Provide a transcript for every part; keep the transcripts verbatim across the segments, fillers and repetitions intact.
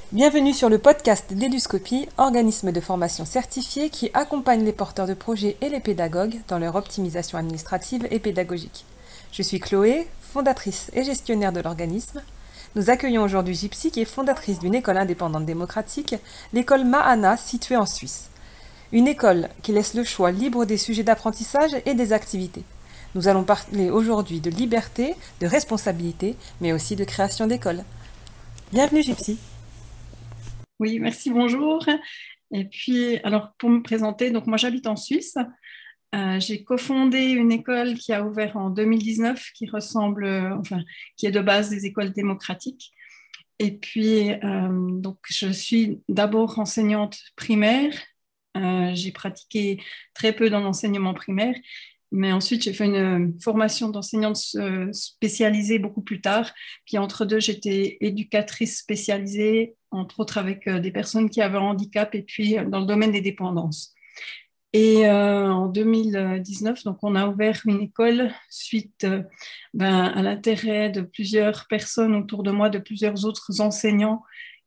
Bienvenue sur le podcast d'Eduscopie, organisme de formation certifié qui accompagne les porteurs de projets et les pédagogues dans leur optimisation administrative et pédagogique. Je suis Chloé, fondatrice et gestionnaire de l'organisme. Nous accueillons aujourd'hui Gypsy qui est fondatrice d'une école indépendante démocratique, l'école Mahana située en Suisse. Une école qui laisse le choix libre des sujets d'apprentissage et des activités. Nous allons parler aujourd'hui de liberté, de responsabilité, mais aussi de création d'école. Bienvenue Gypsy. Oui, merci, bonjour. Et puis, alors pour me présenter, donc moi j'habite en Suisse. Euh, j'ai cofondé une école qui a ouvert en deux mille dix-neuf, qui ressemble, euh, enfin, qui est de base des écoles démocratiques. Et puis, euh, donc je suis d'abord enseignante primaire. Euh, j'ai pratiqué très peu dans l'enseignement primaire, mais ensuite j'ai fait une formation d'enseignante euh, spécialisée beaucoup plus tard. Puis entre deux, j'étais éducatrice spécialisée, entre autres avec euh, des personnes qui avaient un handicap et puis euh, dans le domaine des dépendances. Et euh, en deux mille dix-neuf, donc on a ouvert une école suite euh, ben, à l'intérêt de plusieurs personnes autour de moi, de plusieurs autres enseignants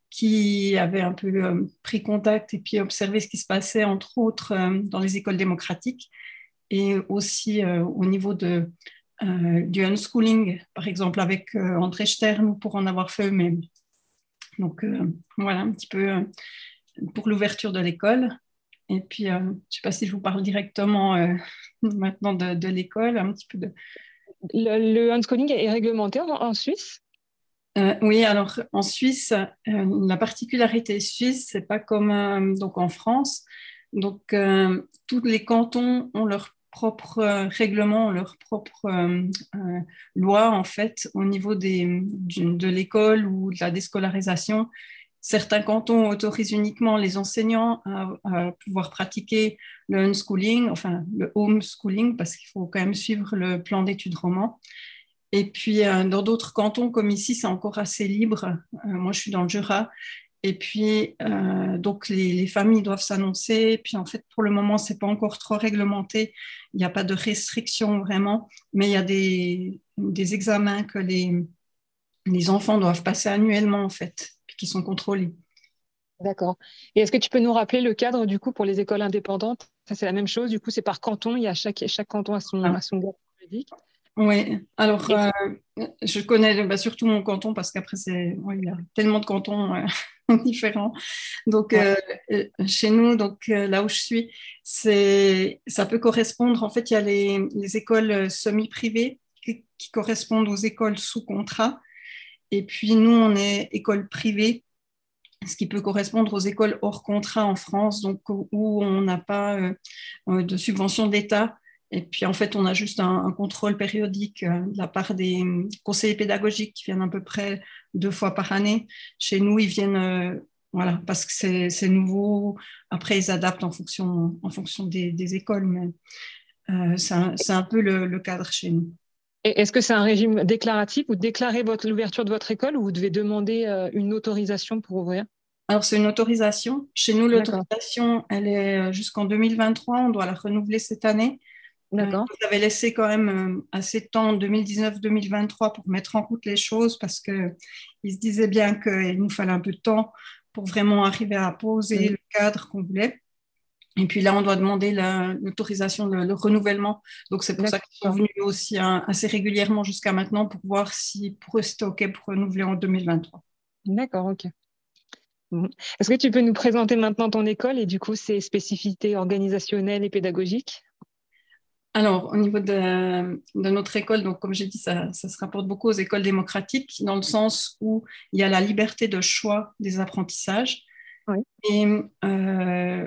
qui avaient un peu euh, pris contact et puis observé ce qui se passait, entre autres, euh, dans les écoles démocratiques et aussi euh, au niveau de, euh, du unschooling, par exemple, avec euh, André Stern, pour en avoir fait eux-mêmes. Donc, euh, voilà un petit peu euh, pour l'ouverture de l'école. Et puis, euh, je ne sais pas si je vous parle directement euh, maintenant de, de l'école, un petit peu de... Le, le unschooling est réglementé en, en Suisse? Euh, oui, alors en Suisse, euh, la particularité suisse, c'est pas comme euh, donc en France. Donc, euh, tous les cantons ont leur propre euh, règlement, leur propre euh, euh, loi, en fait, au niveau des, du- de l'école ou de la déscolarisation. Certains cantons autorisent uniquement les enseignants à, à pouvoir pratiquer le unschooling, enfin le homeschooling, parce qu'il faut quand même suivre le plan d'études roman. Et puis, euh, dans d'autres cantons, comme ici, c'est encore assez libre. Euh, moi, je suis dans le Jura. Et puis, euh, donc, les, les familles doivent s'annoncer. Puis, en fait, pour le moment, c'est pas encore trop réglementé. Il n'y a pas de restrictions vraiment. Mais il y a des, des examens que les, les enfants doivent passer annuellement, en fait, puis qui sont contrôlés. D'accord. Et est-ce que tu peux nous rappeler le cadre du coup pour les écoles indépendantes? Ça, c'est la même chose. Du coup, c'est par canton. Il y a chaque, chaque canton a son, a Ah, son cadre juridique. oui, alors Et euh, c'est- je connais bah, surtout mon canton parce qu'après, c'est, ouais, il y a tellement de cantons euh, différents. Donc, ouais. euh, euh, chez nous, donc, euh, là où je suis, c'est, ça peut correspondre. En fait, il y a les, les écoles euh, semi-privées qui, qui correspondent aux écoles sous contrat. Et puis, nous, on est école privée, ce qui peut correspondre aux écoles hors contrat en France, donc où où on n'a pas euh, euh, de subvention d'État. Et puis, en fait, on a juste un, un contrôle périodique euh, de la part des euh, conseillers pédagogiques qui viennent à peu près deux fois par année. Chez nous, ils viennent, euh, voilà, parce que c'est c'est nouveau. Après, ils adaptent en fonction, en fonction des, des écoles, mais euh, c'est un, c'est un peu le, le cadre chez nous. Et est-ce que c'est un régime déclaratif? Vous déclarez votre, l'ouverture de votre école ou vous devez demander euh, une autorisation pour ouvrir? Alors, c'est une autorisation. Chez nous, D'accord. l'autorisation, elle est euh, jusqu'en deux mille vingt-trois. On doit la renouveler cette année. Euh, D'accord. ils avaient laissé quand même euh, assez de temps, deux mille dix-neuf deux mille vingt-trois, pour mettre en route les choses parce qu'ils se disaient bien qu'il nous fallait un peu de temps pour vraiment arriver à poser Mm. le cadre qu'on voulait. Et puis là, on doit demander la- l'autorisation, le, le renouvellement. Donc, c'est pour ça qu'ils sont D'accord. venus aussi hein, assez régulièrement jusqu'à maintenant pour voir si pour eux c'était OK pour renouveler en deux mille vingt-trois. D'accord, ok. Mhm. Est-ce que tu peux nous présenter maintenant ton école et du coup ses spécificités organisationnelles et pédagogiques? Alors, au niveau de, de notre école, donc comme j'ai dit, ça, ça se rapporte beaucoup aux écoles démocratiques, dans le sens où il y a la liberté de choix des apprentissages. Oui. Et euh,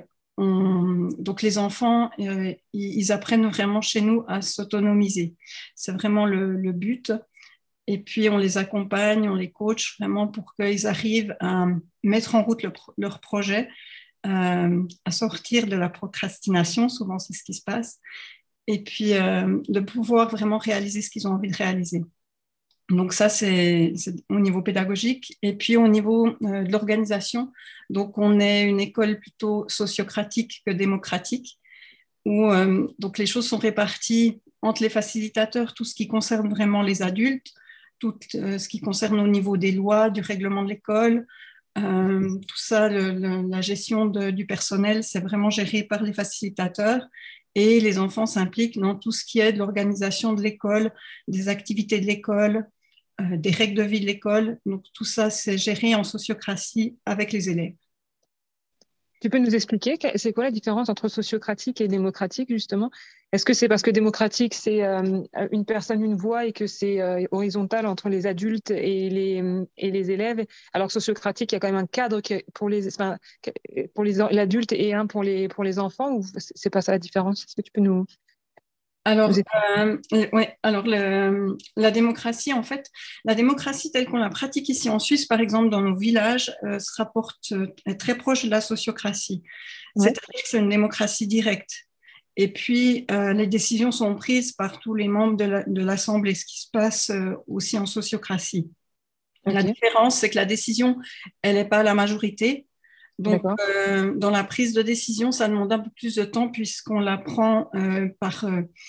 on- donc les enfants, euh, ils, ils apprennent vraiment chez nous à s'autonomiser. C'est vraiment le, le but. Et puis on les accompagne, on les coach vraiment pour qu'ils arrivent à mettre en route le pro- leur projet, euh, à sortir de la procrastination. Souvent, c'est ce qui se passe et puis euh, de pouvoir vraiment réaliser ce qu'ils ont envie de réaliser. Donc ça, c'est c'est au niveau pédagogique. Et puis au niveau euh, de l'organisation, donc on est une école plutôt sociocratique que démocratique, où euh, donc les choses sont réparties entre les facilitateurs, tout ce qui concerne vraiment les adultes, tout euh, ce qui concerne au niveau des lois, du règlement de l'école, Euh, tout ça, le, le, la gestion de, du personnel, c'est vraiment géré par les facilitateurs et les enfants s'impliquent dans tout ce qui est de l'organisation de l'école, des activités de l'école, euh, des règles de vie de l'école. Donc tout ça, c'est géré en sociocratie avec les élèves. Tu peux nous expliquer, c'est quoi la différence entre sociocratique et démocratique, justement? Est-ce que c'est parce que démocratique, c'est euh, une personne, une voix, et que c'est euh, horizontal entre les adultes et les, et les élèves, alors que sociocratique, il y a quand même un cadre qui, pour les, enfin, pour les, l'adulte et un pour les, pour les enfants, ou c'est pas ça la différence? Est-ce que tu peux nous... Alors, euh, ouais, alors le, la démocratie, en fait, la démocratie telle qu'on la pratique ici en Suisse, par exemple, dans nos villages, euh, se rapporte euh, est très proche de la sociocratie. Ouais. C'est-à-dire que c'est une démocratie directe. Et puis, euh, les décisions sont prises par tous les membres de, la, de l'Assemblée, ce qui se passe euh, aussi en sociocratie. Okay. La différence, c'est que la décision, elle n'est pas à la majorité. Donc, euh, dans la prise de décision, ça demande un peu plus de temps puisqu'on la prend euh, par,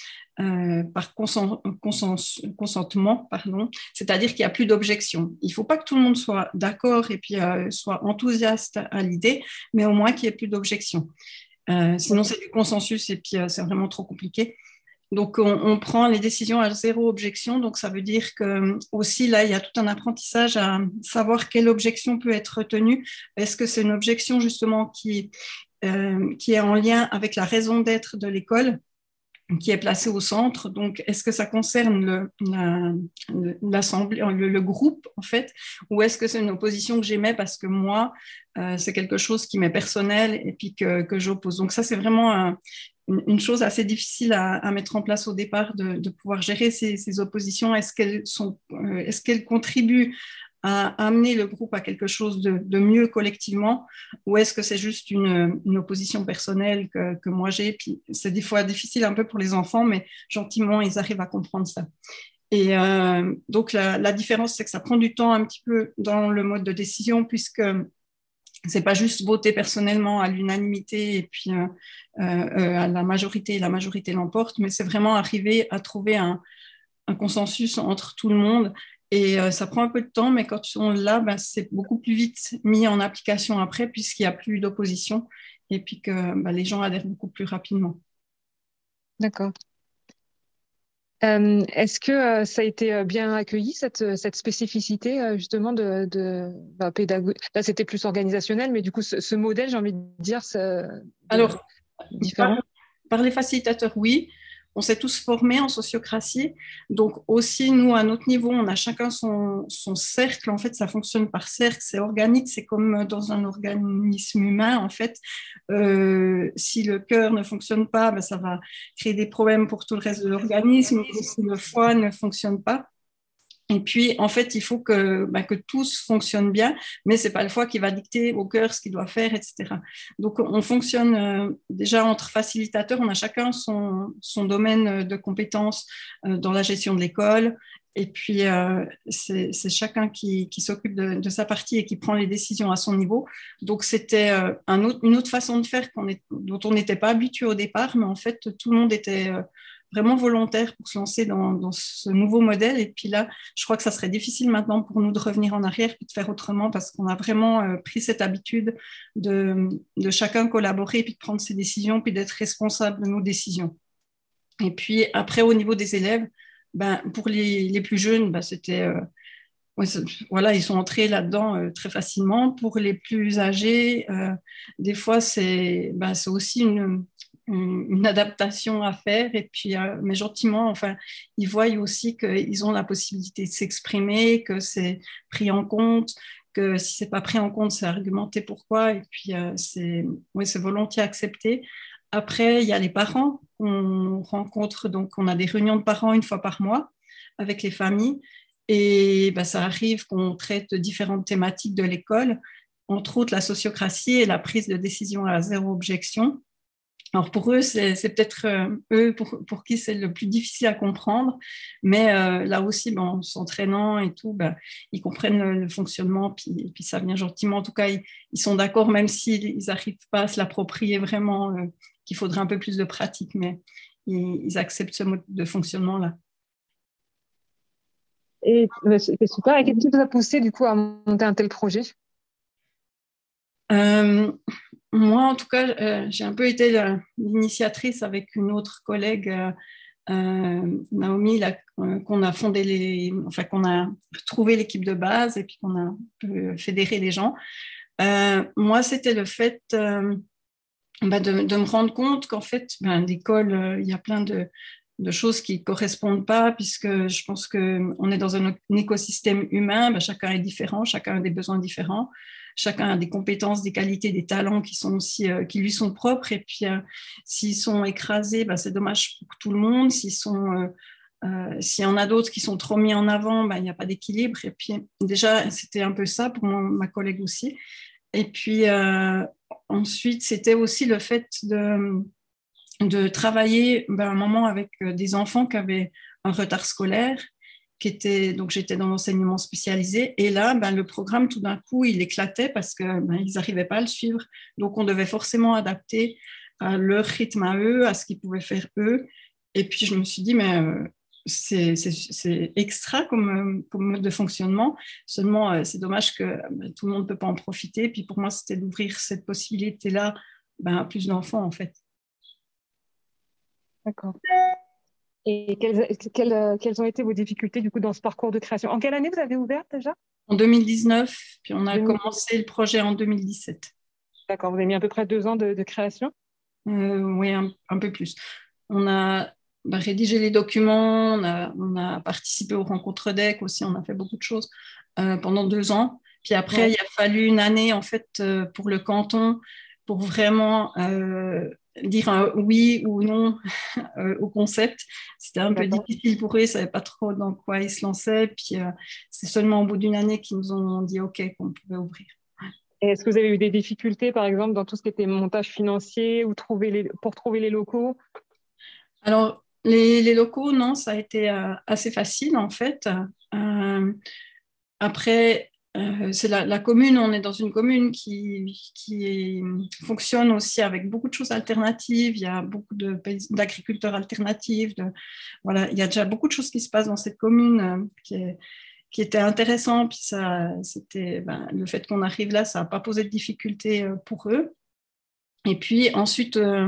euh, par consent, consens, consentement, pardon. C'est-à-dire qu'il n'y a plus d'objection. Il ne faut pas que tout le monde soit d'accord et puis euh, soit enthousiaste à l'idée, mais au moins qu'il n'y ait plus d'objection. Euh, sinon, c'est du consensus et puis euh, c'est vraiment trop compliqué. Donc, on, on prend les décisions à zéro objection. Donc, ça veut dire que aussi, là, il y a tout un apprentissage à savoir quelle objection peut être retenue. Est-ce que c'est une objection, justement, qui, euh, qui est en lien avec la raison d'être de l'école, qui est placée au centre? Donc, est-ce que ça concerne le, la, l'assemblée, le, le groupe, en fait, ou est-ce que c'est une opposition que j'émets parce que moi, euh, c'est quelque chose qui m'est personnel et puis que, que j'oppose? Donc, ça, c'est vraiment un, une chose assez difficile à, à mettre en place au départ, de, de pouvoir gérer ces, ces oppositions. Est-ce qu'elles sont, euh, est-ce qu'elles contribuent à amener le groupe à quelque chose de, de mieux collectivement, ou est-ce que c'est juste une, une opposition personnelle que, que moi j'ai? Puis c'est des fois difficile un peu pour les enfants, mais gentiment, ils arrivent à comprendre ça. Et euh, donc, la, la différence, c'est que ça prend du temps un petit peu dans le mode de décision, puisque c'est pas juste voter personnellement à l'unanimité et puis euh, euh, à la majorité, et la majorité l'emporte, mais c'est vraiment arriver à trouver un, un consensus entre tout le monde. Et euh, ça prend un peu de temps, mais quand on l'a, ben, c'est beaucoup plus vite mis en application après, puisqu'il n'y a plus d'opposition et puis que ben, les gens adhèrent beaucoup plus rapidement. D'accord. Euh, est-ce que euh, ça a été bien accueilli, cette, cette spécificité euh, justement de, de bah, pédagogie? Là, c'était plus organisationnel, mais du coup, ce, ce modèle, j'ai envie de dire, c'est de, Alors, différent. Par, par les facilitateurs, oui. On s'est tous formés en sociocratie. Donc aussi, nous, à notre niveau, on a chacun son, son cercle. En fait, ça fonctionne par cercle, c'est organique, c'est comme dans un organisme humain. En fait, euh, si le cœur ne fonctionne pas, ben, ça va créer des problèmes pour tout le reste de l'organisme. Ou si le foie ne fonctionne pas. Et puis, en fait, il faut que, bah, que tout fonctionne bien, mais c'est pas le foie qui va dicter au cœur ce qu'il doit faire, et cetera. Donc, on fonctionne euh, déjà entre facilitateurs, on a chacun son, son domaine de compétences euh, dans la gestion de l'école, et puis euh, c'est, c'est chacun qui, qui s'occupe de, de sa partie et qui prend les décisions à son niveau. Donc, c'était euh, un autre, une autre façon de faire qu'on est, dont on n'était pas habitué au départ, mais en fait, tout le monde était... Euh, vraiment volontaire pour se lancer dans, dans ce nouveau modèle. Et puis là, je crois que ça serait difficile maintenant pour nous de revenir en arrière puis de faire autrement parce qu'on a vraiment euh, pris cette habitude de, de chacun collaborer puis de prendre ses décisions puis d'être responsable de nos décisions. Et puis après, au niveau des élèves, ben, pour les, les plus jeunes, ben, c'était... Euh, ouais, voilà, ils sont entrés là-dedans euh, très facilement. Pour les plus âgés, euh, des fois, c'est, ben, c'est aussi une, une, une adaptation à faire. Et puis, euh, mais gentiment, enfin, ils voient aussi qu'ils ont la possibilité de s'exprimer, que c'est pris en compte, que si c'est pas pris en compte, c'est argumenté pourquoi. Et puis, euh, c'est, ouais, c'est volontiers accepté. Après, il y a les parents qu'on rencontre. Donc, on a des réunions de parents une fois par mois avec les familles. Et ben, ça arrive qu'on traite différentes thématiques de l'école, entre autres la sociocratie et la prise de décision à zéro objection. Alors pour eux, c'est, c'est peut-être euh, eux pour, pour qui c'est le plus difficile à comprendre, mais euh, là aussi, ben, en s'entraînant et tout, ben, ils comprennent le, le fonctionnement, puis, puis ça vient gentiment. En tout cas, ils, ils sont d'accord, même s'ils n'arrivent pas à se l'approprier vraiment, euh, qu'il faudrait un peu plus de pratique, mais ils, ils acceptent ce mode de fonctionnement-là. Et c'est super. Et qu'est-ce qui vous a poussé du coup à monter un tel projet? Euh, moi, en tout cas, euh, j'ai un peu été la- l'initiatrice avec une autre collègue, euh, euh, Naomi, là, euh, qu'on a fondé les, enfin qu'on a trouvé l'équipe de base et puis qu'on a un peu fédéré les gens. Euh, moi, c'était le fait euh, bah, de, de me rendre compte qu'en fait, ben, l'école, euh, il y a plein de, de choses qui ne correspondent pas, puisque je pense qu'on est dans un, un écosystème humain, ben, chacun est différent, chacun a des besoins différents, chacun a des compétences, des qualités, des talents qui, sont aussi, euh, qui lui sont propres, et puis euh, s'ils sont écrasés, ben, c'est dommage pour tout le monde, s'ils sont... Euh, euh, s'il y en a d'autres qui sont trop mis en avant, ben, il n'y a pas d'équilibre. Et puis déjà, c'était un peu ça pour mon, ma collègue aussi. Et puis euh, ensuite, c'était aussi le fait de, de travailler ben, un moment avec des enfants qui avaient un retard scolaire, qui était, donc j'étais dans l'enseignement spécialisé. Et là, ben, le programme, tout d'un coup, il éclatait parce qu'ils ben, n'arrivaient pas à le suivre. Donc, on devait forcément adapter à leur rythme à eux, à ce qu'ils pouvaient faire eux. Et puis, je me suis dit, mais euh, c'est, c'est, c'est extra comme, comme mode de fonctionnement. Seulement, euh, c'est dommage que ben, tout le monde ne peut pas en profiter. Puis, pour moi, c'était d'ouvrir cette possibilité-là ben, à plus d'enfants, en fait. D'accord. Et quelles, quelles, quelles ont été vos difficultés du coup dans ce parcours de création? En quelle année vous avez ouvert déjà? En deux mille dix-neuf, puis on a deux mille commencé le projet en deux mille dix-sept. D'accord, vous avez mis à peu près deux ans de, de création? Euh, oui, un, un peu plus. On a bah, rédigé les documents, on a, on a participé aux rencontres D E C aussi, on a fait beaucoup de choses euh, pendant deux ans. Puis après, Ouais. il a fallu une année en fait euh, pour le canton pour vraiment euh, dire un oui ou non euh, au concept. C'était un peu D'accord. difficile pour eux, ils ne savaient pas trop dans quoi ils se lançaient. Puis euh, c'est seulement au bout d'une année qu'ils nous ont dit OK qu'on pouvait ouvrir. Et est-ce que vous avez eu des difficultés, par exemple, dans tout ce qui était montage financier ou trouver les, pour trouver les locaux? Alors, les, les locaux, non, ça a été euh, assez facile en fait. Euh, après, euh, c'est la, la commune, on est dans une commune qui, qui fonctionne aussi avec beaucoup de choses alternatives. Il y a beaucoup de, d'agriculteurs alternatifs. De, voilà, il y a déjà beaucoup de choses qui se passent dans cette commune euh, qui, est, qui étaient intéressantes. Puis ça, c'était, ben, le fait qu'on arrive là, ça n'a pas posé de difficultés euh, pour eux. Et puis ensuite, euh,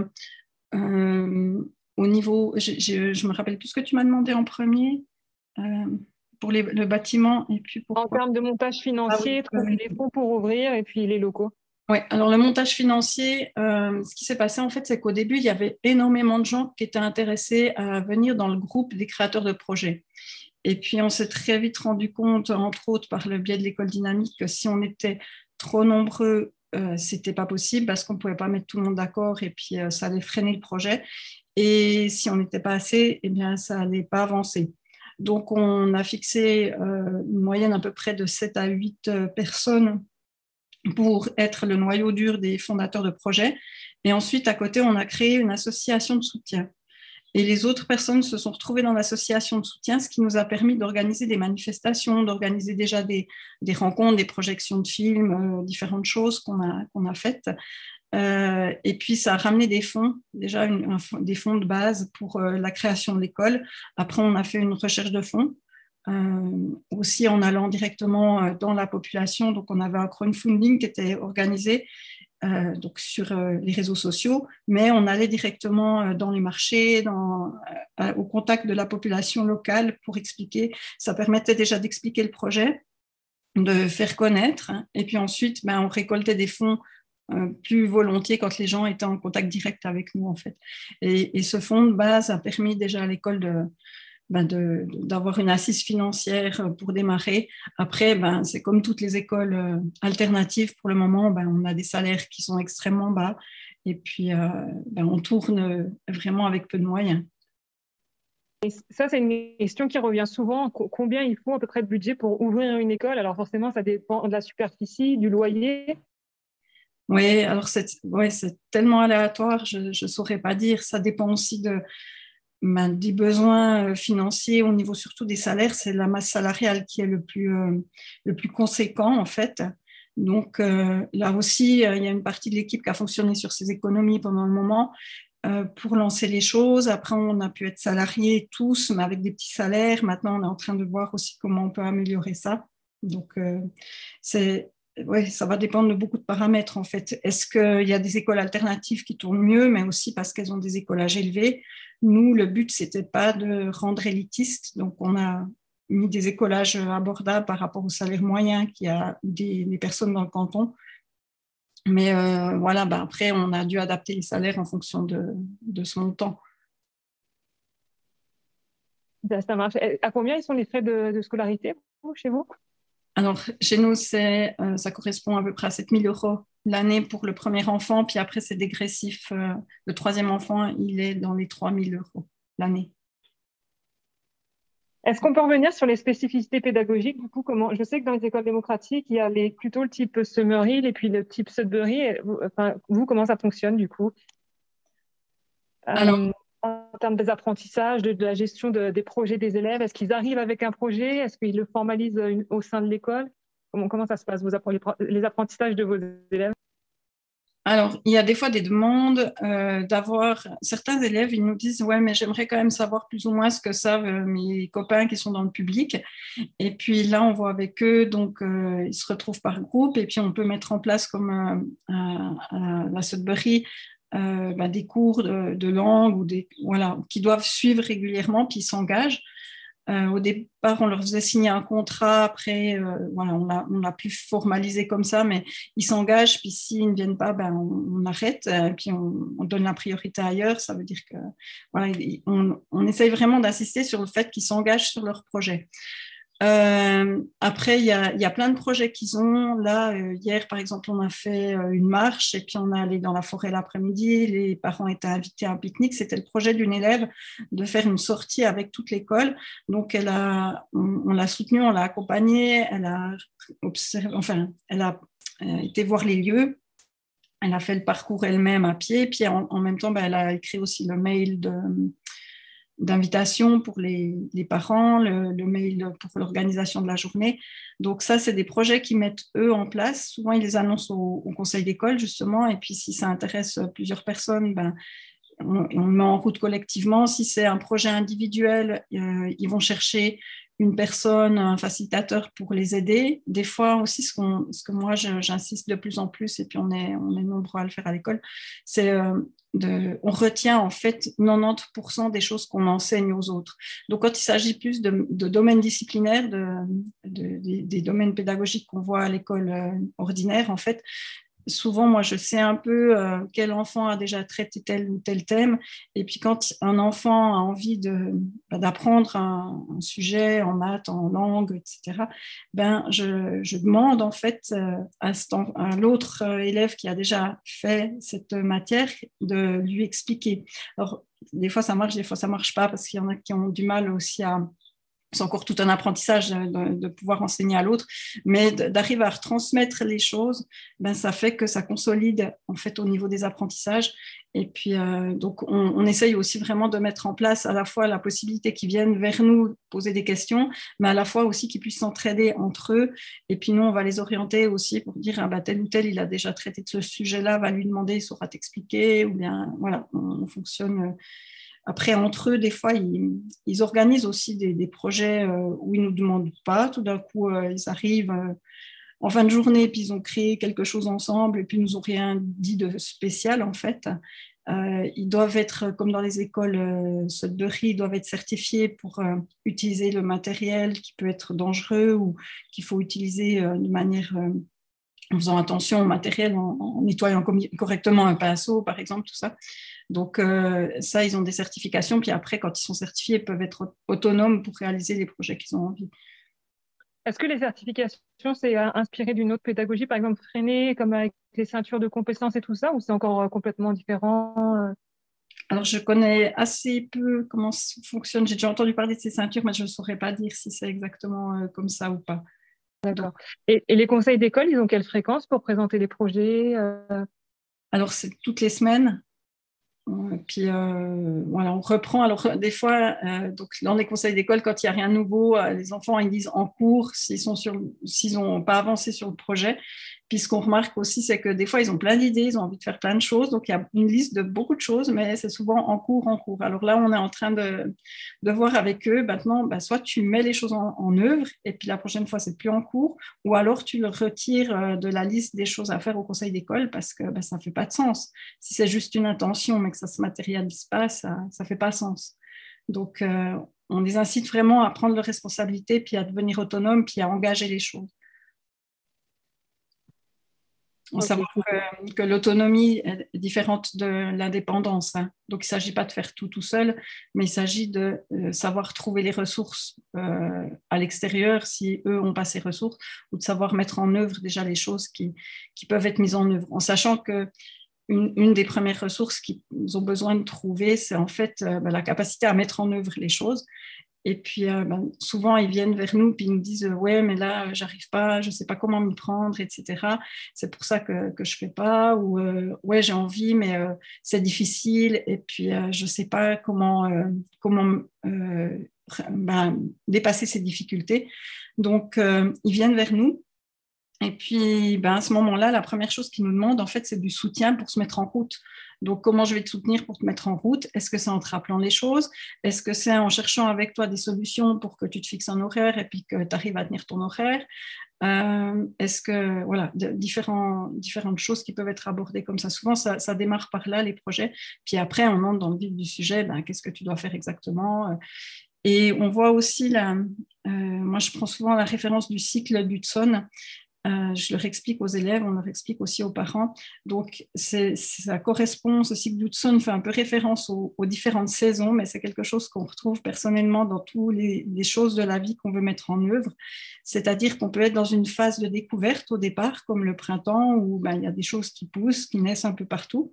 euh, au niveau, je, je, je me rappelle plus ce que tu m'as demandé en premier euh, pour les, le bâtiment et puis En pourquoi. termes de montage Ah oui, financier, trouver oui. les fonds pour ouvrir et puis les locaux. Ouais, alors le montage financier, euh, ce qui s'est passé en fait, c'est qu'au début, il y avait énormément de gens qui étaient intéressés à venir dans le groupe des créateurs de projets. Et puis, on s'est très vite rendu compte, entre autres par le biais de l'école dynamique, que si on était trop nombreux, euh, c'était pas possible parce qu'on pouvait pas mettre tout le monde d'accord et puis euh, ça allait freiner le projet. Et si on n'était pas assez, eh bien, ça allait pas avancer. Donc, on a fixé euh, une moyenne à peu près de sept à huit euh, personnes pour être le noyau dur des fondateurs de projets. Et ensuite, à côté, on a créé une association de soutien. Et les autres personnes se sont retrouvées dans l'association de soutien, ce qui nous a permis d'organiser des manifestations, d'organiser déjà des, des rencontres, des projections de films, euh, différentes choses qu'on a, qu'on a faites. Euh, et puis, ça a ramené des fonds, déjà une, un, des fonds de base pour euh, la création de l'école. Après, on a fait une recherche de fonds. Euh, aussi en allant directement dans la population. Donc, on avait un crowdfunding qui était organisé euh, donc sur euh, les réseaux sociaux, mais on allait directement euh, dans les marchés, dans, euh, au contact de la population locale pour expliquer. Ça permettait déjà d'expliquer le projet, de faire connaître, hein, et puis ensuite, ben, on récoltait des fonds euh, plus volontiers quand les gens étaient en contact direct avec nous, en fait. Et, et ce fonds de base a permis déjà à l'école de ben de, d'avoir une assise financière pour démarrer. Après, ben, c'est comme toutes les écoles euh, alternatives, pour le moment, ben, on a des salaires qui sont extrêmement bas et puis euh, ben, on tourne vraiment avec peu de moyens. Et ça, c'est une question qui revient souvent. Combien il faut à peu près de budget pour ouvrir une école? Alors forcément, ça dépend de la superficie, du loyer. Oui, alors c'est, ouais, c'est tellement aléatoire, je ne saurais pas dire. Ça dépend aussi de, ben, des besoins financiers au niveau surtout des salaires. C'est la masse salariale qui est le plus, euh, le plus conséquent en fait. Donc euh, là aussi, euh, il y a une partie de l'équipe qui a fonctionné sur ces économies pendant un moment euh, pour lancer les choses. Après, on a pu être salariés tous, mais avec des petits salaires. Maintenant, on est en train de voir aussi comment on peut améliorer ça. Donc, euh, c'est, ouais, ça va dépendre de beaucoup de paramètres en fait. Est-ce qu'il y a des écoles alternatives qui tournent mieux, mais aussi parce qu'elles ont des écolages élevés. Nous, le but, c'était pas de rendre élitiste, donc on a mis des écolages abordables par rapport au salaire moyen qu'il y a des, des personnes dans le canton. Mais euh, voilà, bah après, on a dû adapter les salaires en fonction de, de ce montant. Ça marche. À combien ils sont les frais de, de scolarité chez vous? Alors, chez nous, c'est, euh, ça correspond à peu près à sept mille euros l'année pour le premier enfant, puis après, c'est dégressif. Euh, le troisième enfant, il est dans les trois mille euros l'année. Est-ce qu'on peut revenir sur les spécificités pédagogiques? Du coup, comment... Je sais que dans les écoles démocratiques, il y a les, plutôt le type Summerhill et puis le type Sudbury. Vous, enfin, vous, comment ça fonctionne du coup? Alors, euh, En termes des apprentissages, de, de la gestion de, des projets des élèves, est-ce qu'ils arrivent avec un projet? Est-ce qu'ils le formalisent une, au sein de l'école? Comment, comment ça se passe, vos, les apprentissages de vos élèves? Alors, il y a des fois des demandes euh, d'avoir certains élèves, ils nous disent ouais, mais j'aimerais quand même savoir plus ou moins ce que savent euh, mes copains qui sont dans le public. Et puis là, on voit avec eux, donc euh, ils se retrouvent par groupe, et puis on peut mettre en place comme euh, à, à la Sudbury euh, bah, des cours de, de langue ou des voilà qui doivent suivre régulièrement, puis ils s'engagent. Euh, au départ, on leur faisait signer un contrat. Après, euh, voilà, on l'a, on l'a plus formalisé comme ça, mais ils s'engagent. Puis s'ils ne viennent pas, ben, on, on arrête. Et puis on, on donne la priorité ailleurs. Ça veut dire que voilà, on, on essaye vraiment d'insister sur le fait qu'ils s'engagent sur leur projet. Euh, après, il y a, y a plein de projets qu'ils ont. Là, euh, hier, par exemple, on a fait euh, une marche et puis on est allé dans la forêt l'après-midi. Les parents étaient invités à un pique-nique. C'était le projet d'une élève de faire une sortie avec toute l'école. Donc, elle a, on, on l'a soutenue, on l'a accompagnée. Elle a observé, enfin, elle a euh, été voir les lieux. Elle a fait le parcours elle-même à pied. Puis en, en même temps, ben, elle a écrit aussi le mail de d'invitation pour les, les parents, le, le mail pour l'organisation de la journée. Donc ça, c'est des projets qu'ils mettent eux en place. Souvent, ils les annoncent au, au conseil d'école, justement. Et puis, si ça intéresse plusieurs personnes, ben, on, on met en route collectivement. Si c'est un projet individuel, euh, ils vont chercher une personne, un facilitateur pour les aider. Des fois aussi, ce, qu'on, ce que moi, je, j'insiste de plus en plus, et puis on est, on est nombreux à le faire à l'école, c'est euh, de, on retient en fait quatre-vingt-dix pour cent des choses qu'on enseigne aux autres. Donc, quand il s'agit plus de, de domaines disciplinaires, de, de, des, des domaines pédagogiques qu'on voit à l'école euh, ordinaire, en fait, souvent, moi, je sais un peu euh, quel enfant a déjà traité tel ou tel thème. Et puis, quand un enfant a envie de, bah, d'apprendre un, un sujet en maths, en langue, et cetera, ben, je, je demande en fait euh, à, cet, à l'autre euh, élève qui a déjà fait cette matière de lui expliquer. Alors, des fois, ça marche, des fois, ça marche pas parce qu'il y en a qui ont du mal aussi à... C'est encore tout un apprentissage de, de pouvoir enseigner à l'autre, mais d'arriver à retransmettre les choses, ben ça fait que ça consolide en fait au niveau des apprentissages. Et puis euh, donc on, on essaye aussi vraiment de mettre en place à la fois la possibilité qu'ils viennent vers nous poser des questions, mais à la fois aussi qu'ils puissent s'entraider entre eux. Et puis nous on va les orienter aussi pour dire ah ben, tel ou tel il a déjà traité de ce sujet-là, va lui demander, il saura t'expliquer, ou bien voilà, on, on fonctionne. Après, entre eux, des fois, ils, ils organisent aussi des, des projets euh, où ils ne nous demandent pas. Tout d'un coup, euh, ils arrivent euh, en fin de journée, puis ils ont créé quelque chose ensemble, et puis ils nous ont rien dit de spécial, en fait. Euh, ils doivent être, comme dans les écoles euh, Sudbury, ils doivent être certifiés pour euh, utiliser le matériel qui peut être dangereux ou qu'il faut utiliser euh, de manière... Euh, en faisant attention au matériel, en, en nettoyant correctement un pinceau, par exemple, tout ça. Donc euh, ça, ils ont des certifications, puis après, quand ils sont certifiés, ils peuvent être autonomes pour réaliser les projets qu'ils ont envie. Est-ce que les certifications, c'est inspiré d'une autre pédagogie, par exemple Freinet, comme avec les ceintures de compétences et tout ça, ou c'est encore complètement différent? Alors, je connais assez peu comment ça fonctionne. J'ai déjà entendu parler de ces ceintures, mais je ne saurais pas dire si c'est exactement euh, comme ça ou pas. D'accord. Et, et les conseils d'école, ils ont quelle fréquence pour présenter les projets euh... Alors, c'est toutes les semaines. puis euh, voilà, on reprend. Alors des fois, euh, donc dans les conseils d'école, quand il n'y a rien de nouveau, euh, les enfants ils disent en cours s'ils sont sur, s'ils n'ont pas avancé sur le projet. Puis ce qu'on remarque aussi, c'est que des fois ils ont plein d'idées, ils ont envie de faire plein de choses. Donc il y a une liste de beaucoup de choses, mais c'est souvent en cours, en cours. Alors là, on est en train de, de voir avec eux. Maintenant, bah, soit tu mets les choses en, en œuvre, et puis la prochaine fois c'est plus en cours, ou alors tu le retires de la liste des choses à faire au conseil d'école parce que bah, ça ne fait pas de sens. Si c'est juste une intention, mais que ça ne se matérialise pas, ça ne fait pas sens. Donc, euh, on les incite vraiment à prendre leurs responsabilités, puis à devenir autonomes, puis à engager les choses. On okay. Savoir que, que l'autonomie est différente de l'indépendance. Hein. Donc, il ne s'agit pas de faire tout tout seul, mais il s'agit de euh, savoir trouver les ressources euh, à l'extérieur si eux n'ont pas ces ressources, ou de savoir mettre en œuvre déjà les choses qui, qui peuvent être mises en œuvre, en sachant que Une, une des premières ressources qu'ils ont besoin de trouver, c'est en fait euh, ben, la capacité à mettre en œuvre les choses. Et puis, euh, ben, souvent, ils viennent vers nous puis ils nous disent « Ouais, mais là, j'arrive pas, je sais pas comment m'y prendre, et cetera. C'est pour ça que, que je fais pas. » Ou euh, « Ouais, j'ai envie, mais euh, c'est difficile. Et puis, euh, je sais pas comment, euh, comment euh, ben, dépasser ces difficultés. » Donc, euh, ils viennent vers nous. Et puis, ben, à ce moment-là, la première chose qu'ils nous demandent, en fait, c'est du soutien pour se mettre en route. Donc, comment je vais te soutenir pour te mettre en route? Est-ce que c'est en te rappelant les choses? Est-ce que c'est en cherchant avec toi des solutions pour que tu te fixes un horaire et puis que tu arrives à tenir ton horaire? Euh, est-ce que, voilà, de, différents, différentes choses qui peuvent être abordées comme ça. Souvent, ça, ça démarre par là, les projets. Puis après, on entre dans le vif du sujet. Ben, qu'est-ce que tu dois faire exactement? Et on voit aussi, la, euh, moi, je prends souvent la référence du cycle d'Hudson. Euh, je leur explique aux élèves, on leur explique aussi aux parents. Donc, c'est, ça correspond, ce cycle d'Hudson fait un peu référence aux, aux différentes saisons, mais c'est quelque chose qu'on retrouve personnellement dans toutes les, les choses de la vie qu'on veut mettre en œuvre. C'est-à-dire qu'on peut être dans une phase de découverte au départ, comme le printemps, où ben, il y a des choses qui poussent, qui naissent un peu partout.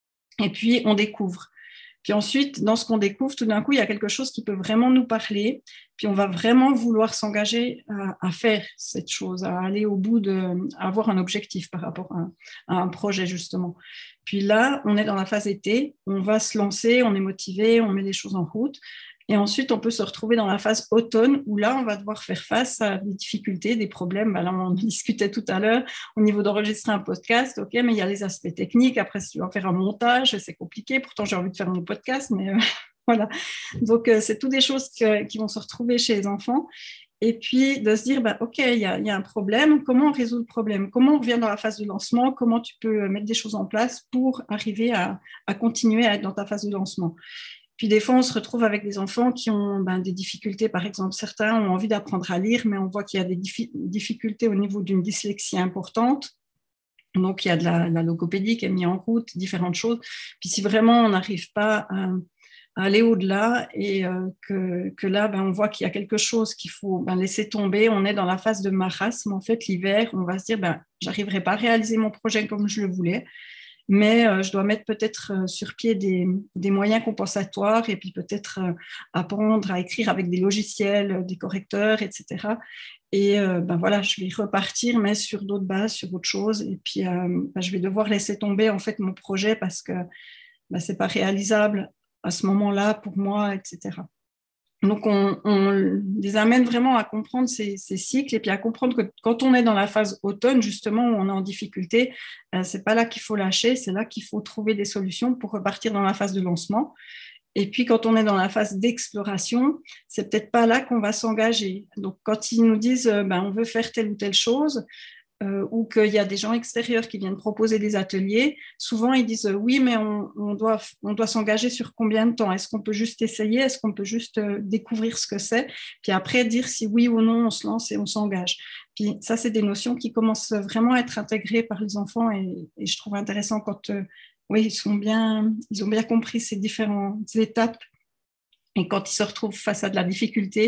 Et puis, on découvre. Puis ensuite, dans ce qu'on découvre, tout d'un coup, il y a quelque chose qui peut vraiment nous parler. Puis on va vraiment vouloir s'engager à, à faire cette chose, à aller au bout, de, à avoir un objectif par rapport à, à un projet, justement. Puis là, on est dans la phase été, on va se lancer, on est motivé, on met les choses en route. Et ensuite, on peut se retrouver dans la phase automne où là, on va devoir faire face à des difficultés, des problèmes. Ben là, on en discutait tout à l'heure au niveau d'enregistrer un podcast. OK, mais il y a les aspects techniques. Après, si tu dois faire un montage, c'est compliqué. Pourtant, j'ai envie de faire mon podcast, mais euh, voilà. Donc, euh, c'est toutes des choses que, qui vont se retrouver chez les enfants. Et puis, de se dire, ben, OK, il y a, y a un problème. Comment on résout le problème? Comment on revient dans la phase de lancement? Comment tu peux mettre des choses en place pour arriver à, à continuer à être dans ta phase de lancement? Puis des fois, on se retrouve avec des enfants qui ont ben, des difficultés. Par exemple, certains ont envie d'apprendre à lire, mais on voit qu'il y a des dif- difficultés au niveau d'une dyslexie importante. Donc, il y a de la, la logopédie qui est mise en route, différentes choses. Puis si vraiment on n'arrive pas à, à aller au-delà et euh, que, que là, ben, on voit qu'il y a quelque chose qu'il faut ben, laisser tomber, on est dans la phase de marasme. En fait, l'hiver, on va se dire, ben, j'arriverai pas à réaliser mon projet comme je le voulais. Mais euh, je dois mettre peut-être euh, sur pied des, des moyens compensatoires et puis peut-être euh, apprendre à écrire avec des logiciels, euh, des correcteurs, et cetera. Et euh, ben voilà, je vais repartir, mais sur d'autres bases, sur autre chose. Et puis, euh, ben, je vais devoir laisser tomber en fait mon projet parce que ben, c'est pas réalisable à ce moment-là pour moi, et cetera. Donc, on, on les amène vraiment à comprendre ces, ces cycles et puis à comprendre que quand on est dans la phase automne, justement, où on est en difficulté, euh, c'est pas là qu'il faut lâcher, c'est là qu'il faut trouver des solutions pour repartir dans la phase de lancement. Et puis, quand on est dans la phase d'exploration, c'est peut-être pas là qu'on va s'engager. Donc, quand ils nous disent, euh, ben, on veut faire telle ou telle chose, Euh, ou qu'il y a des gens extérieurs qui viennent proposer des ateliers, souvent ils disent euh, oui, mais on, on doit, on doit s'engager sur combien de temps? Est-ce qu'on peut juste essayer? Est-ce qu'on peut juste euh, découvrir ce que c'est? Puis après dire si oui ou non on se lance et on s'engage. Puis ça, c'est des notions qui commencent vraiment à être intégrées par les enfants et, et je trouve intéressant quand euh, oui, ils, sont bien, ils ont bien compris ces différentes étapes. Et quand ils se retrouvent face à de la difficulté,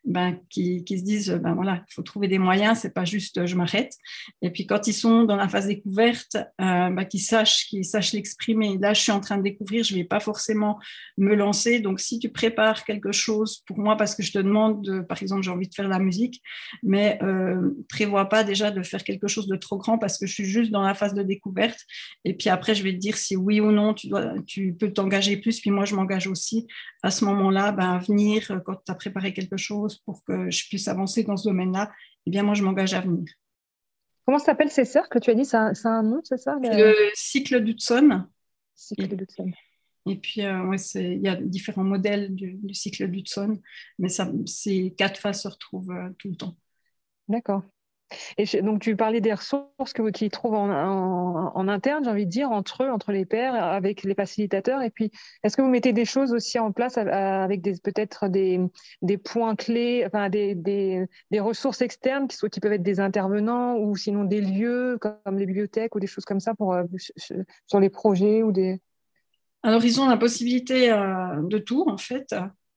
ben, qui, qui se disent, ben voilà, il faut trouver des moyens, c'est pas juste je m'arrête. Et puis quand ils sont dans la phase découverte, euh, ben, qu'ils sachent, qu'ils sachent l'exprimer. Là, je suis en train de découvrir, je vais pas forcément me lancer. Donc, si tu prépares quelque chose pour moi, parce que je te demande, de, par exemple, j'ai envie de faire de la musique, mais euh, prévois pas déjà de faire quelque chose de trop grand parce que je suis juste dans la phase de découverte. Et puis après, je vais te dire si oui ou non, tu, dois, tu peux t'engager plus. Puis moi, je m'engage aussi à ce moment-là, ben, à venir, quand tu as préparé quelque chose pour que je puisse avancer dans ce domaine-là, eh bien, moi, je m'engage à venir. Comment s'appellent ces sœurs que tu as dit? C'est un, un nom, c'est ça? Le, le cycle d'Hudson. Cycle d'Hudson. Et puis, euh, ouais, il y a différents modèles du, du cycle d'Hudson, mais ça, ces quatre phases se retrouvent euh, tout le temps. D'accord. Et donc, tu parlais des ressources que, qu'ils trouvent en, en, en interne, j'ai envie de dire, entre eux, entre les pairs, avec les facilitateurs. Et puis, est-ce que vous mettez des choses aussi en place avec des, peut-être des, des points clés, enfin, des, des, des ressources externes qui, soit, qui peuvent être des intervenants ou sinon des lieux comme les bibliothèques ou des choses comme ça pour, euh, sur les projets ou des... Alors, ils ont la possibilité euh, de tout, en fait.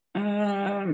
Euh,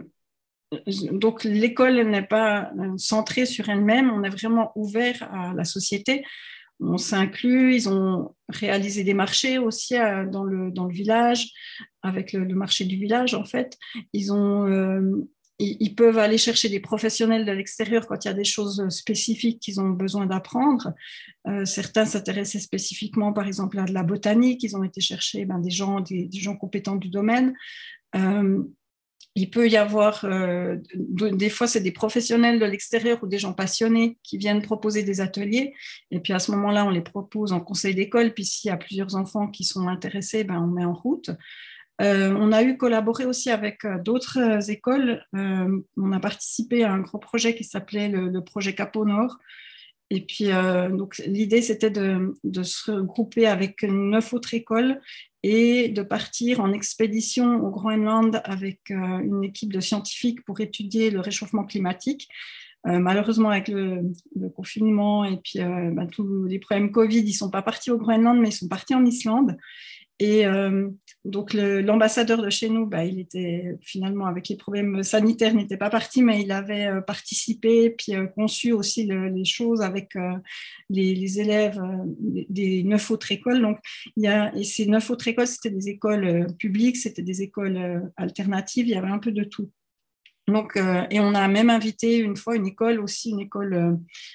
donc, l'école n'est pas centrée sur elle-même, on est vraiment ouvert à la société. On s'inclut, ils ont réalisé des marchés aussi euh, dans, le, dans le village, avec le, le marché du village, en fait. Ils ont... Euh, ils peuvent aller chercher des professionnels de l'extérieur quand il y a des choses spécifiques qu'ils ont besoin d'apprendre. Euh, certains s'intéressaient spécifiquement, par exemple, à de la botanique. Ils ont été chercher ben, des, gens, des, des gens compétents du domaine. Euh, il peut y avoir, euh, de, des fois, c'est des professionnels de l'extérieur ou des gens passionnés qui viennent proposer des ateliers. Et puis à ce moment-là, on les propose en conseil d'école. Puis s'il y a plusieurs enfants qui sont intéressés, ben, on met en route. Euh, on a eu collaboré aussi avec euh, d'autres euh, écoles. Euh, on a participé à un gros projet qui s'appelait le, le projet Capot Nord. Et puis, euh, donc, l'idée, c'était de, de se regrouper avec neuf autres écoles et de partir en expédition au Groenland avec euh, une équipe de scientifiques pour étudier le réchauffement climatique. Euh, malheureusement, avec le, le confinement et puis euh, bah, tous les problèmes Covid, ils ne sont pas partis au Groenland, mais ils sont partis en Islande. Et euh, donc le, l'ambassadeur de chez nous, bah, il était finalement avec les problèmes sanitaires, n'était pas parti, mais il avait euh, participé, puis euh, conçu aussi le, les choses avec euh, les, les élèves euh, des, des neuf autres écoles. Donc il y a, et ces neuf autres écoles, c'était des écoles euh, publiques, c'était des écoles euh, alternatives, il y avait un peu de tout. Donc, euh, et on a même invité une fois une école aussi, une école euh,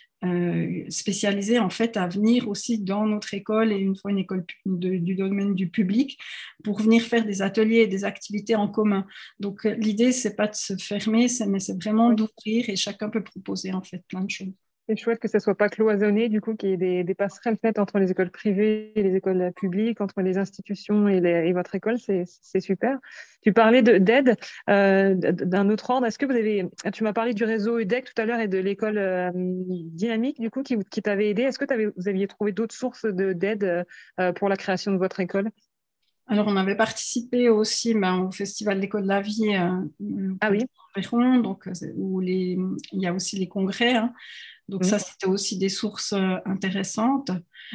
Euh, spécialisés en fait à venir aussi dans notre école et une fois une école de, du domaine du public pour venir faire des ateliers et des activités en commun. Donc euh, l'idée c'est pas de se fermer, c'est, mais c'est vraiment oui. d'ouvrir et chacun peut proposer en fait plein de choses. C'est chouette que ça soit pas cloisonné, du coup, qu'il y ait des, des passerelles faites entre les écoles privées et les écoles publiques, entre les institutions et, les, et votre école, c'est, c'est super. Tu parlais de, d'aide euh, d'un autre ordre. Est-ce que vous avez, tu m'as parlé du réseau U D E C tout à l'heure et de l'école euh, dynamique, du coup, qui, qui t'avait aidé. Est-ce que t'avais, vous aviez trouvé d'autres sources de, d'aide euh, pour la création de votre école? Alors, on avait participé aussi ben, au Festival d'école de la vie euh, ah oui. donc, où les, il y a aussi les congrès. Hein. Donc, mmh. ça, c'était aussi des sources euh, intéressantes.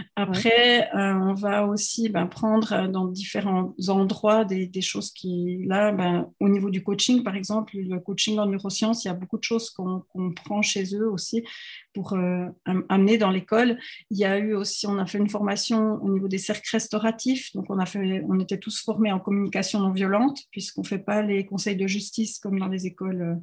Après, ouais. euh, on va aussi ben, prendre dans différents endroits des, des choses qui, là, ben, au niveau du coaching, par exemple, le coaching en neurosciences, il y a beaucoup de choses qu'on, qu'on prend chez eux aussi pour euh, amener dans l'école. Il y a eu aussi, on a fait une formation au niveau des cercles restauratifs. Donc, on, a fait, on était tous formés en communication non violente, puisqu'on ne fait pas les conseils de justice comme dans les écoles euh,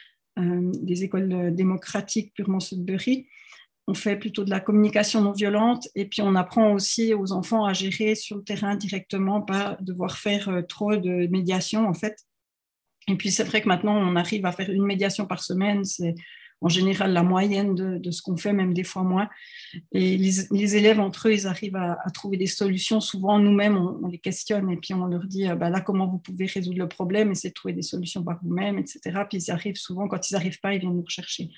Euh, des écoles démocratiques purement Sudbury. On fait plutôt de la communication non violente et puis on apprend aussi aux enfants à gérer sur le terrain directement, pas devoir faire euh, trop de médiation en fait. Et puis c'est vrai que maintenant on arrive à faire une médiation par semaine, c'est en général la moyenne de, de ce qu'on fait, même des fois moins. Et les, les élèves entre eux, ils arrivent à, à trouver des solutions. Souvent, nous-mêmes, on, on les questionne et puis on leur dit, bah là, comment vous pouvez résoudre le problème, essayez de trouver des solutions par vous-même, et cetera. Puis ils arrivent souvent, quand ils n'arrivent pas, ils viennent nous rechercher.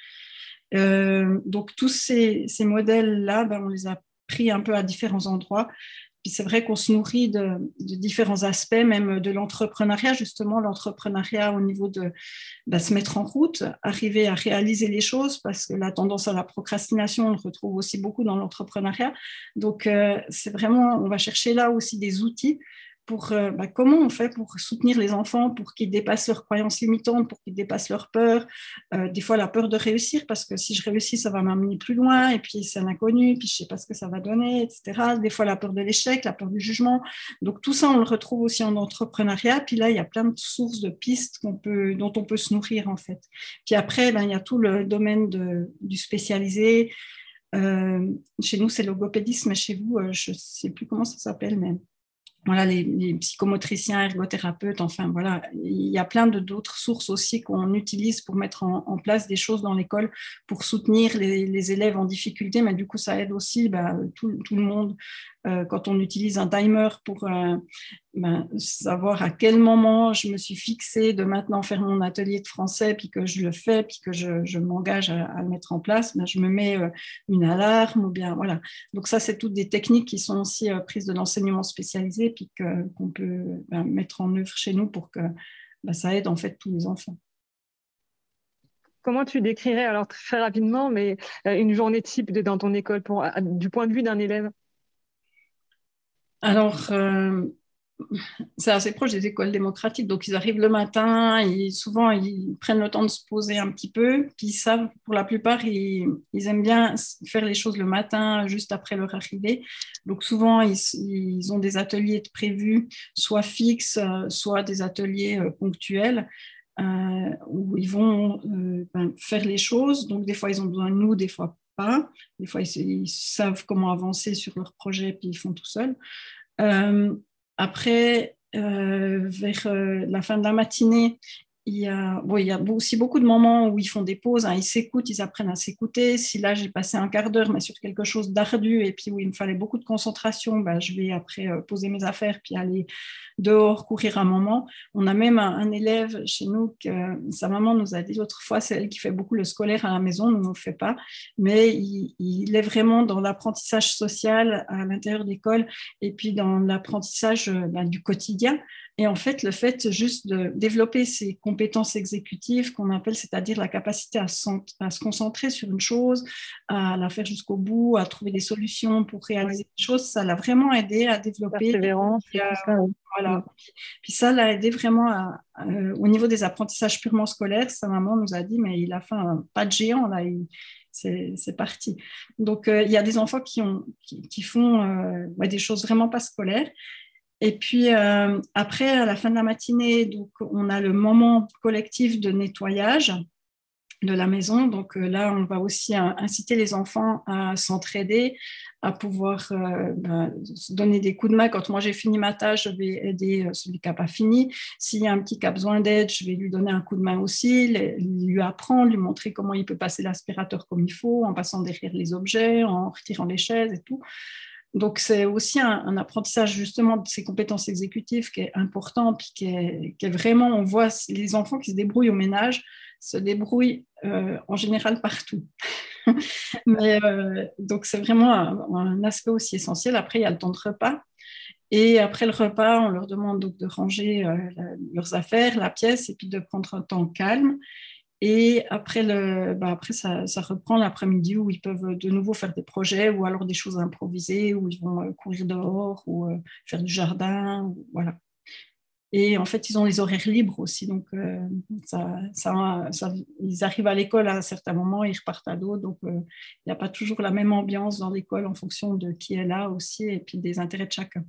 Euh, donc, tous ces, ces modèles-là, ben, on les a pris un peu à différents endroits. Puis c'est vrai qu'on se nourrit de, de différents aspects, même de l'entrepreneuriat, justement, l'entrepreneuriat au niveau de bah, se mettre en route, arriver à réaliser les choses, parce que la tendance à la procrastination, on le retrouve aussi beaucoup dans l'entrepreneuriat. Donc, euh, c'est vraiment, on va chercher là aussi des outils pour euh, bah, comment on fait pour soutenir les enfants, pour qu'ils dépassent leurs croyances limitantes, pour qu'ils dépassent leurs peurs. Euh, des fois, la peur de réussir, parce que si je réussis, ça va m'amener plus loin, et puis c'est l'inconnu, puis je sais pas ce que ça va donner, et cetera. Des fois, la peur de l'échec, la peur du jugement. Donc tout ça, on le retrouve aussi en entrepreneuriat. Puis là, il y a plein de sources de pistes qu'on peut, dont on peut se nourrir en fait. Puis après, ben, il y a tout le domaine de, du spécialisé. Euh, chez nous, c'est logopédisme, mais chez vous, euh, je ne sais plus comment ça s'appelle, mais voilà, les, les psychomotriciens, ergothérapeutes, enfin voilà, il y a plein de, d'autres sources aussi qu'on utilise pour mettre en, en place des choses dans l'école pour soutenir les, les élèves en difficulté, mais du coup, ça aide aussi bah, tout, tout le monde. Euh, quand on utilise un timer pour euh, ben, savoir à quel moment je me suis fixée de maintenant faire mon atelier de français, puis que je le fais, puis que je, je m'engage à, à le mettre en place, ben, je me mets euh, une alarme ou bien voilà. Donc ça, c'est toutes des techniques qui sont aussi euh, prises de l'enseignement spécialisé, puis que, qu'on peut ben, mettre en œuvre chez nous pour que ben, ça aide en fait tous les enfants. Comment tu décrirais, alors très rapidement, mais euh, une journée type de, dans ton école pour, à, du point de vue d'un élève? Alors, euh, c'est assez proche des écoles démocratiques, donc ils arrivent le matin, et souvent ils prennent le temps de se poser un petit peu, puis ils savent, pour la plupart, ils, ils aiment bien faire les choses le matin, juste après leur arrivée. Donc souvent, ils, ils ont des ateliers prévus, soit fixes, soit des ateliers euh, ponctuels. Euh, où ils vont euh, ben, faire les choses. Donc, des fois, ils ont besoin de nous, des fois pas. Des fois, ils, ils savent comment avancer sur leur projet, puis ils font tout seuls. Euh, après, euh, vers euh, la fin de la matinée, il y a, bon, il y a aussi beaucoup de moments où ils font des pauses, hein, ils s'écoutent, ils apprennent à s'écouter. Si là, j'ai passé un quart d'heure, mais sur quelque chose d'ardu, et puis où il me fallait beaucoup de concentration, bah, je vais après euh, poser mes affaires, puis aller dehors, courir un moment. On a même un, un élève chez nous que sa maman nous a dit l'autre fois, c'est elle qui fait beaucoup le scolaire à la maison, nous, on ne le fait pas, mais il, il est vraiment dans l'apprentissage social à l'intérieur de l'école, et puis dans l'apprentissage euh, bah, du quotidien. Et en fait, le fait juste de développer ces compétences exécutives qu'on appelle, c'est-à-dire la capacité à, à se concentrer sur une chose, à la faire jusqu'au bout, à trouver des solutions pour réaliser des choses, ça l'a vraiment aidé à développer. Persévérance, et tout ça. Oui. Voilà. Mm. Puis, puis ça l'a aidé vraiment à, à, au niveau des apprentissages purement scolaires. Sa maman nous a dit, mais il a fait un pas de géant, là, il, c'est, c'est parti. Donc, euh, il y a des enfants qui, ont, qui, qui font euh, ouais, des choses vraiment pas scolaires. Et puis euh, après, à la fin de la matinée, donc, on a le moment collectif de nettoyage de la maison. Donc euh, là, on va aussi euh, inciter les enfants à s'entraider, à pouvoir euh, bah, se donner des coups de main. Quand moi j'ai fini ma tâche, je vais aider celui qui n'a pas fini. S'il y a un petit qui a besoin d'aide, je vais lui donner un coup de main aussi, lui apprendre, lui montrer comment il peut passer l'aspirateur comme il faut, en passant derrière les objets, en retirant les chaises et tout. Donc, c'est aussi un, un apprentissage justement de ces compétences exécutives qui est important, puis qui est, qui est vraiment, on voit les enfants qui se débrouillent au ménage, se débrouillent euh, en général partout. Mais euh, donc, c'est vraiment un, un aspect aussi essentiel. Après, il y a le temps de repas. Et après le repas, on leur demande donc de ranger euh, la, leurs affaires, la pièce, et puis de prendre un temps calme. Et après, le, bah après ça, ça reprend l'après-midi où ils peuvent de nouveau faire des projets ou alors des choses improvisées, où ils vont courir dehors ou euh, faire du jardin. Voilà. Et en fait, ils ont les horaires libres aussi. Donc, euh, ça, ça, ça, ils arrivent à l'école à un certain moment, ils repartent à d'autres. Donc, il euh, n'y a pas toujours la même ambiance dans l'école en fonction de qui est là aussi et puis des intérêts de chacun.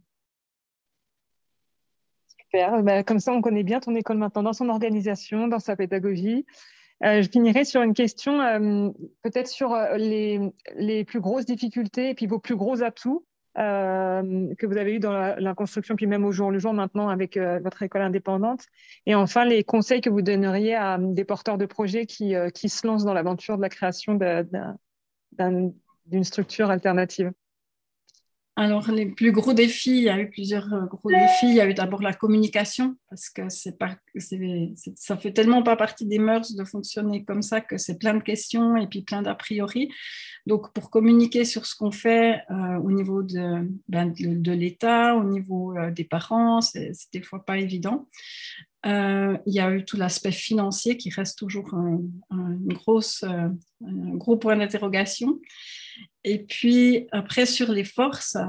Super. Ben, comme ça, on connaît bien ton école maintenant dans son organisation, dans sa pédagogie. Euh, je finirai sur une question, euh, peut-être sur euh, les, les plus grosses difficultés et puis vos plus gros atouts euh, que vous avez eu dans la, la construction, puis même au jour le jour maintenant avec euh, votre école indépendante. Et enfin, les conseils que vous donneriez à des porteurs de projets qui, euh, qui se lancent dans l'aventure de la création de, de, d'un, d'une structure alternative. Alors, les plus gros défis, il y a eu plusieurs gros défis. Il y a eu d'abord la communication, parce que c'est pas, c'est, c'est, ça fait tellement pas partie des mœurs de fonctionner comme ça que c'est plein de questions et puis plein d'a priori. Donc, pour communiquer sur ce qu'on fait euh, au niveau de, ben, de, de l'État, au niveau euh, des parents, c'est, c'est des fois pas évident. Euh, il y a eu tout l'aspect financier qui reste toujours un, un, une grosse, euh, un gros point d'interrogation. Et puis après, sur les forces,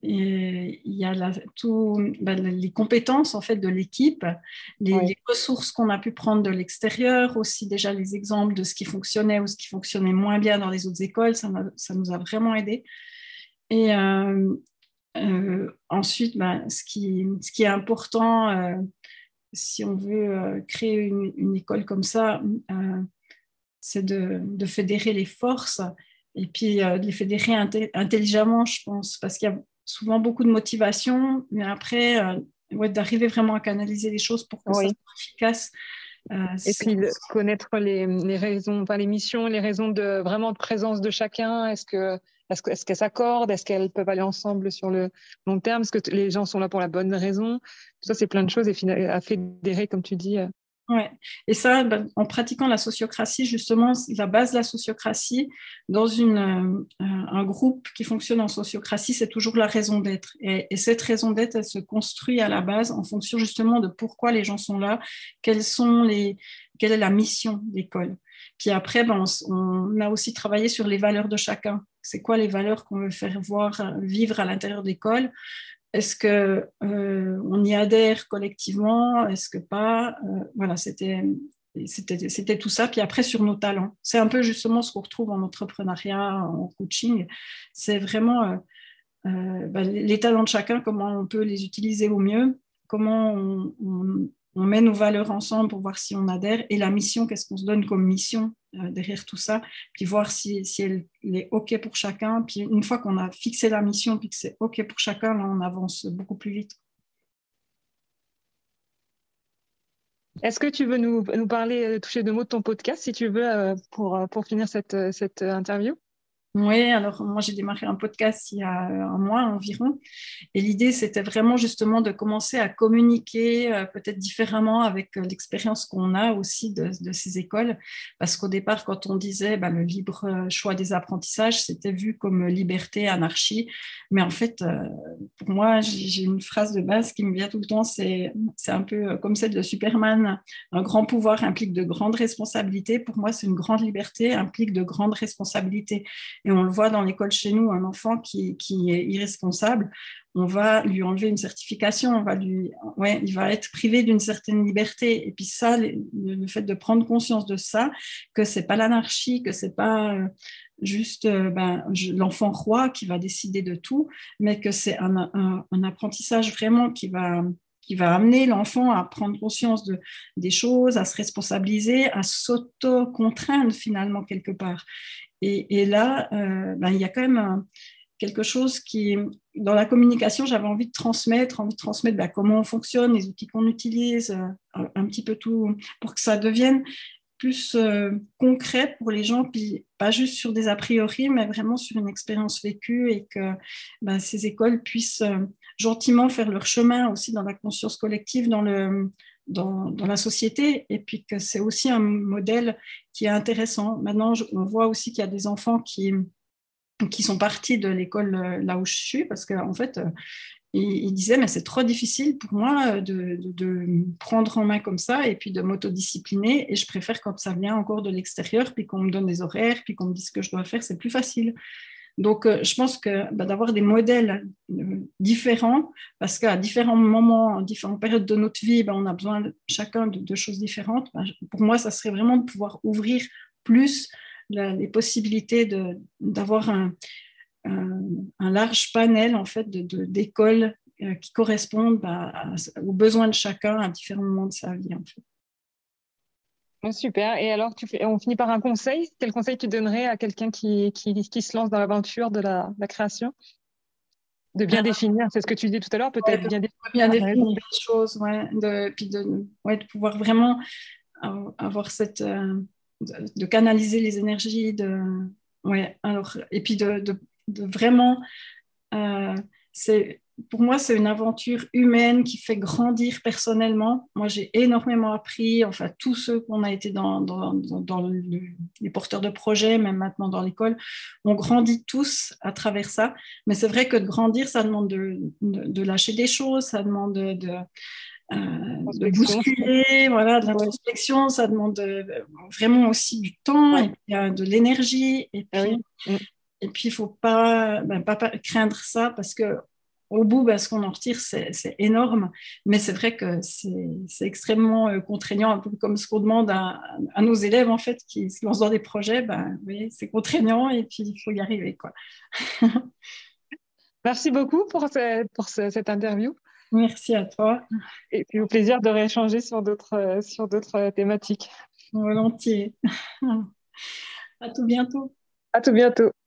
et il y a la, tout, ben, les compétences en fait de l'équipe, les, Oui. les ressources qu'on a pu prendre de l'extérieur, aussi déjà les exemples de ce qui fonctionnait ou ce qui fonctionnait moins bien dans les autres écoles, ça, ça nous a vraiment aidé. Et euh, euh, ensuite, ben, ce, qui, ce qui est important, euh, si on veut euh, créer une, une école comme ça, euh, c'est de, de fédérer les forces et puis euh, de les fédérer inté- intelligemment, je pense, parce qu'il y a souvent beaucoup de motivation, mais après, euh, ouais, d'arriver vraiment à canaliser les choses pour que ça Oui. soit efficace. Euh, Et c'est... puis de connaître les, les raisons, enfin les missions, les raisons de vraiment de présence de chacun. Est-ce que est-ce, que- est-ce qu'elles s'accordent? Est-ce qu'elles peuvent aller ensemble sur le long terme? Est-ce que t- les gens sont là pour la bonne raison? Tout ça, c'est plein de choses et fina- à fédérer, comme tu dis. euh. Ouais. Et ça, ben, en pratiquant la sociocratie, justement, la base de la sociocratie, dans une, euh, un groupe qui fonctionne en sociocratie, c'est toujours la raison d'être. Et, et cette raison d'être, elle se construit à la base en fonction justement de pourquoi les gens sont là, quelles sont les, quelle est la mission de l'école. Puis après, ben, on, on a aussi travaillé sur les valeurs de chacun. C'est quoi les valeurs qu'on veut faire voir, vivre à l'intérieur de l'école? Est-ce que euh, on y adhère collectivement? Est-ce que pas? Euh, Voilà, c'était, c'était, c'était tout ça. Puis après, sur nos talents. C'est un peu justement ce qu'on retrouve en entrepreneuriat, en coaching. C'est vraiment euh, euh, ben, les talents de chacun, comment on peut les utiliser au mieux, comment on, on, on met nos valeurs ensemble pour voir si on adhère, et la mission, qu'est-ce qu'on se donne comme mission euh, derrière tout ça, puis voir si, si elle, elle est OK pour chacun. Puis une fois qu'on a fixé la mission, puis que c'est OK pour chacun, là, on avance beaucoup plus vite. Est-ce que tu veux nous, nous parler, euh, toucher deux mots de ton podcast, si tu veux, euh, pour, euh, pour finir cette, euh, cette euh, interview? Oui, alors moi j'ai démarré un podcast il y a un mois environ, et l'idée c'était vraiment justement de commencer à communiquer euh, peut-être différemment avec euh, l'expérience qu'on a aussi de, de ces écoles, parce qu'au départ quand on disait bah, le libre euh, choix des apprentissages, c'était vu comme liberté, anarchie, mais en fait euh, pour moi j'ai j'ai une phrase de base qui me vient tout le temps, c'est c'est un peu comme celle de Superman, un grand pouvoir implique de grandes responsabilités. Pour moi c'est une grande liberté implique de grandes responsabilités. Et on le voit dans l'école chez nous, un enfant qui, qui est irresponsable, on va lui enlever une certification, on va lui, ouais, il va être privé d'une certaine liberté. Et puis ça, le, le fait de prendre conscience de ça, que c'est pas l'anarchie, que c'est pas euh, juste euh, ben, je, l'enfant roi qui va décider de tout, mais que c'est un, un, un apprentissage vraiment qui va qui va amener l'enfant à prendre conscience de, des choses, à se responsabiliser, à s'auto-contraindre finalement quelque part. Et, et là, euh, ben, il y a quand même un, quelque chose qui, dans la communication, j'avais envie de transmettre, envie de transmettre ben, comment on fonctionne, les outils qu'on utilise, euh, un, un petit peu tout, pour que ça devienne plus euh, concret pour les gens, puis pas juste sur des a priori, mais vraiment sur une expérience vécue, et que ben, ces écoles puissent euh, gentiment faire leur chemin aussi dans la conscience collective, dans le dans, dans la société, et puis que c'est aussi un modèle qui est intéressant. Maintenant, je, on voit aussi qu'il y a des enfants qui, qui sont partis de l'école euh, là où je suis, parce qu'en en fait, euh, ils, ils disaient, mais c'est trop difficile pour moi de, de, de me prendre en main comme ça, et puis de m'autodiscipliner, et je préfère quand ça vient encore de l'extérieur, puis qu'on me donne des horaires, puis qu'on me dise ce que je dois faire, c'est plus facile. Donc, euh, je pense que bah, d'avoir des modèles euh, différents, parce qu'à différents moments, à différentes périodes de notre vie, bah, on a besoin de, chacun de, de choses différentes. Bah, pour moi, ça serait vraiment de pouvoir ouvrir plus la, les possibilités de, d'avoir un, un, un, large panel en fait, de, de, d'écoles euh, qui correspondent bah, à, aux besoins de chacun à différents moments de sa vie. En fait. Oh, super. Et alors, tu fais, on finit par un conseil. Quel conseil tu donnerais à quelqu'un qui, qui, qui se lance dans l'aventure de la, de la création? De bien définir, c'est ce que tu disais tout à l'heure, Ouais, peut-être de bien définir bien la définir raison les d'être. choses, ouais, de, puis de, ouais, de pouvoir vraiment avoir cette euh, de, de canaliser les énergies, de ouais, alors et puis de, de, de vraiment euh, c'est pour moi c'est une aventure humaine qui fait grandir personnellement. Moi j'ai énormément appris, enfin tous ceux qu'on a été dans, dans, dans, dans le, les porteurs de projets, même maintenant dans l'école, on grandit tous à travers ça. Mais c'est vrai que de grandir ça demande de, de, de lâcher des choses, ça demande de, de euh, de Prospection. bousculer, voilà, de Ouais. l'introspection, ça demande euh, vraiment aussi du temps Ouais. et puis euh, de l'énergie. Et Ah puis, oui. Mm. et puis, il faut pas, ben, pas, pas craindre ça parce que au bout, ben, ce qu'on en retire, c'est, c'est énorme. Mais c'est vrai que c'est, c'est extrêmement euh, contraignant, un peu comme ce qu'on demande à, à nos élèves, en fait, qui se lancent dans des projets. Ben, oui, c'est contraignant et puis il faut y arriver, quoi. Merci beaucoup pour, ce- pour ce- cette interview Merci à toi. et puis au plaisir de rééchanger sur d'autres euh, sur d'autres thématiques. Volontiers. À tout bientôt. À tout bientôt.